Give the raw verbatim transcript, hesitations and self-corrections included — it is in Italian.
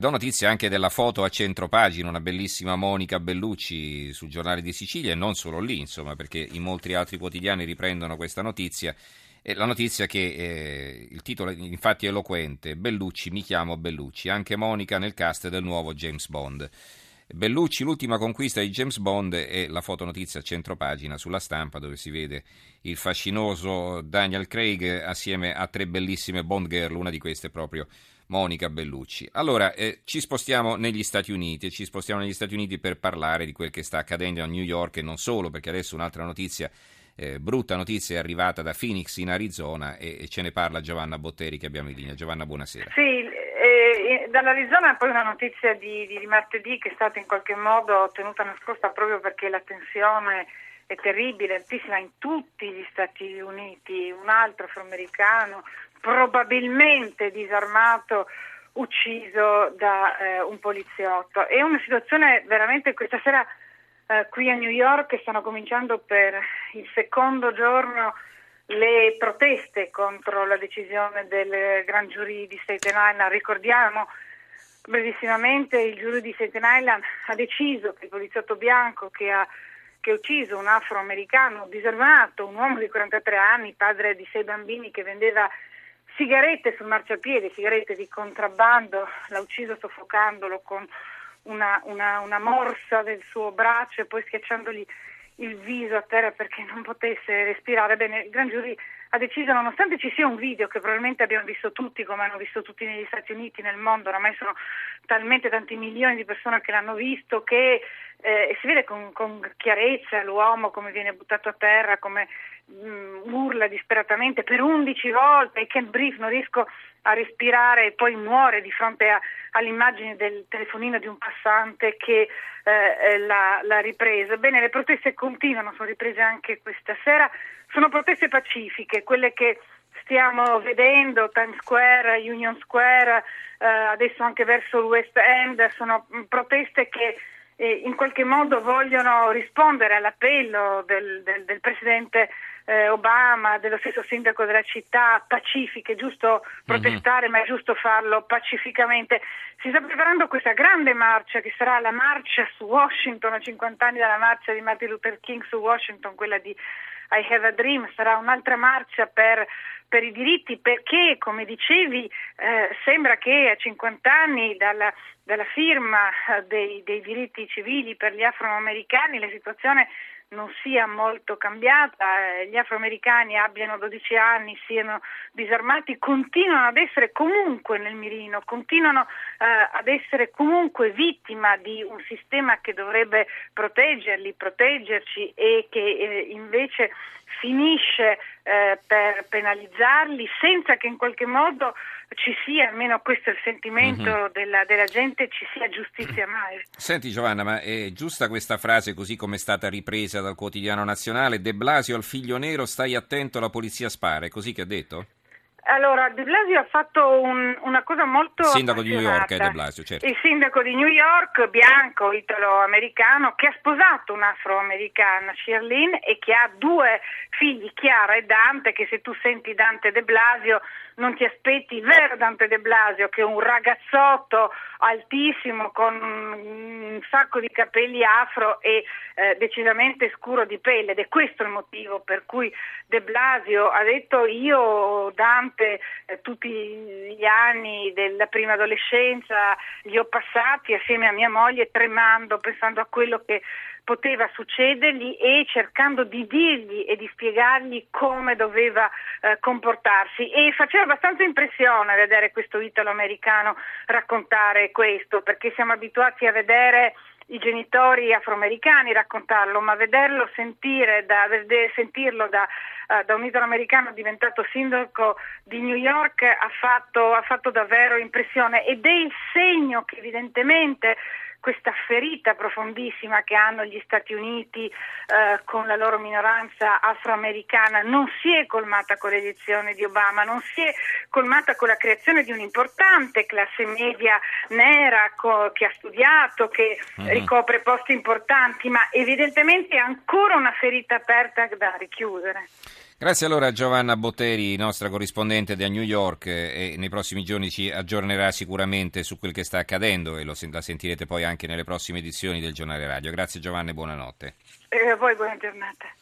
Do notizia anche della foto a centropagina, una bellissima Monica Bellucci sul Giornale di Sicilia, e non solo lì, insomma, perché in molti altri quotidiani riprendono questa notizia. E la notizia che eh, il titolo infatti è eloquente: Bellucci, mi chiamo Bellucci, anche Monica nel cast del nuovo James Bond. Bellucci, l'ultima conquista di James Bond, e la fotonotizia a centropagina sulla Stampa, dove si vede il fascinoso Daniel Craig assieme a tre bellissime Bond girl, una di queste proprio Monica Bellucci. Allora, eh, ci spostiamo negli Stati Uniti, e ci spostiamo negli Stati Uniti per parlare di quel che sta accadendo a New York, e non solo, perché adesso un'altra notizia, eh, brutta notizia, è arrivata da Phoenix in Arizona, e, e ce ne parla Giovanna Botteri, che abbiamo in linea. Giovanna, buonasera. Sì, eh, dall'Arizona poi una notizia di, di, di martedì che è stata in qualche modo tenuta nascosta proprio perché la tensione è terribile, altissima in tutti gli Stati Uniti. Un altro afroamericano, probabilmente disarmato, ucciso da eh, un poliziotto. È una situazione veramente, questa sera eh, qui a New York stanno cominciando per il secondo giorno le proteste contro la decisione del Grand Jury di Staten Island. Ricordiamo brevissimamente, il giury di Staten Island ha deciso che il poliziotto bianco che ha che ha ucciso un afroamericano disarmato, un uomo di quarantatré anni, padre di sei bambini, che vendeva sigarette sul marciapiede, sigarette di contrabbando, l'ha ucciso soffocandolo con una, una, una morsa del suo braccio e poi schiacciandogli il viso a terra perché non potesse respirare. Bene, il Grand Jury ha deciso, nonostante ci sia un video che probabilmente abbiamo visto tutti, come hanno visto tutti negli Stati Uniti, nel mondo, oramai sono talmente tanti milioni di persone che l'hanno visto, che eh, si vede con, con chiarezza l'uomo come viene buttato a terra, come mh, urla disperatamente per undici volte, I can't breathe, non riesco a respirare, e poi muore di fronte a, all'immagine del telefonino di un passante che eh, l'ha, l'ha ripreso. Bene, le proteste continuano, sono riprese anche questa sera, sono proteste pacifiche, quelle che stiamo vedendo, Times Square, Union Square, eh, adesso anche verso il West End, sono proteste che eh, in qualche modo vogliono rispondere all'appello del, del, del presidente eh, Obama, dello stesso sindaco della città, pacifiche, è giusto protestare, mm-hmm. ma è giusto farlo pacificamente. Si sta preparando questa grande marcia che sarà la marcia su Washington, a cinquanta anni dalla marcia di Martin Luther King su Washington, quella di I Have a Dream. Sarà un'altra marcia per, per i diritti, perché, come dicevi, eh, sembra che a cinquanta anni dalla, dalla firma dei, dei diritti civili per gli afroamericani la situazione non sia molto cambiata, gli afroamericani abbiano dodici anni, siano disarmati, continuano ad essere comunque nel mirino, continuano eh, ad essere comunque vittima di un sistema che dovrebbe proteggerli, proteggerci, e che eh, invece finisce eh, per penalizzarli senza che in qualche modo ci sia, almeno questo è il sentimento mm-hmm. della, della gente, ci sia giustizia mai. Senti Giovanna, ma è giusta questa frase così come è stata ripresa dal Quotidiano Nazionale? De Blasio al figlio nero, stai attento, la polizia spara, è così che ha detto? Allora, De Blasio ha fatto un, una cosa molto il sindaco di New York è De Blasio, certo. Il sindaco di New York, bianco, italo-americano, che ha sposato un'afroamericana, Shirlene, e che ha due figli, Chiara e Dante, che se tu senti Dante De Blasio non ti aspetti il vero Dante De Blasio, che è un ragazzotto altissimo con un sacco di capelli afro e eh, decisamente scuro di pelle, ed è questo il motivo per cui De Blasio ha detto: io Dante eh, tutti gli anni della prima adolescenza li ho passati assieme a mia moglie, tremando, pensando a quello che poteva succedergli e cercando di dirgli e di spiegargli come doveva eh, comportarsi, e faceva abbastanza impressione vedere questo italo-americano raccontare questo, perché siamo abituati a vedere i genitori afroamericani raccontarlo, ma vederlo sentire da, vedere, sentirlo da, uh, da un italo-americano diventato sindaco di New York ha fatto, ha fatto davvero impressione, ed è il segno che evidentemente questa ferita profondissima che hanno gli Stati Uniti eh, con la loro minoranza afroamericana non si è colmata con l'elezione di Obama, non si è colmata con la creazione di un'importante classe media nera co- che ha studiato, che uh-huh. ricopre posti importanti, ma evidentemente è ancora una ferita aperta da richiudere. Grazie allora a Giovanna Botteri, nostra corrispondente da New York, e nei prossimi giorni ci aggiornerà sicuramente su quel che sta accadendo e lo, la sentirete poi anche nelle prossime edizioni del Giornale Radio. Grazie Giovanna e buonanotte. E a voi buona giornata.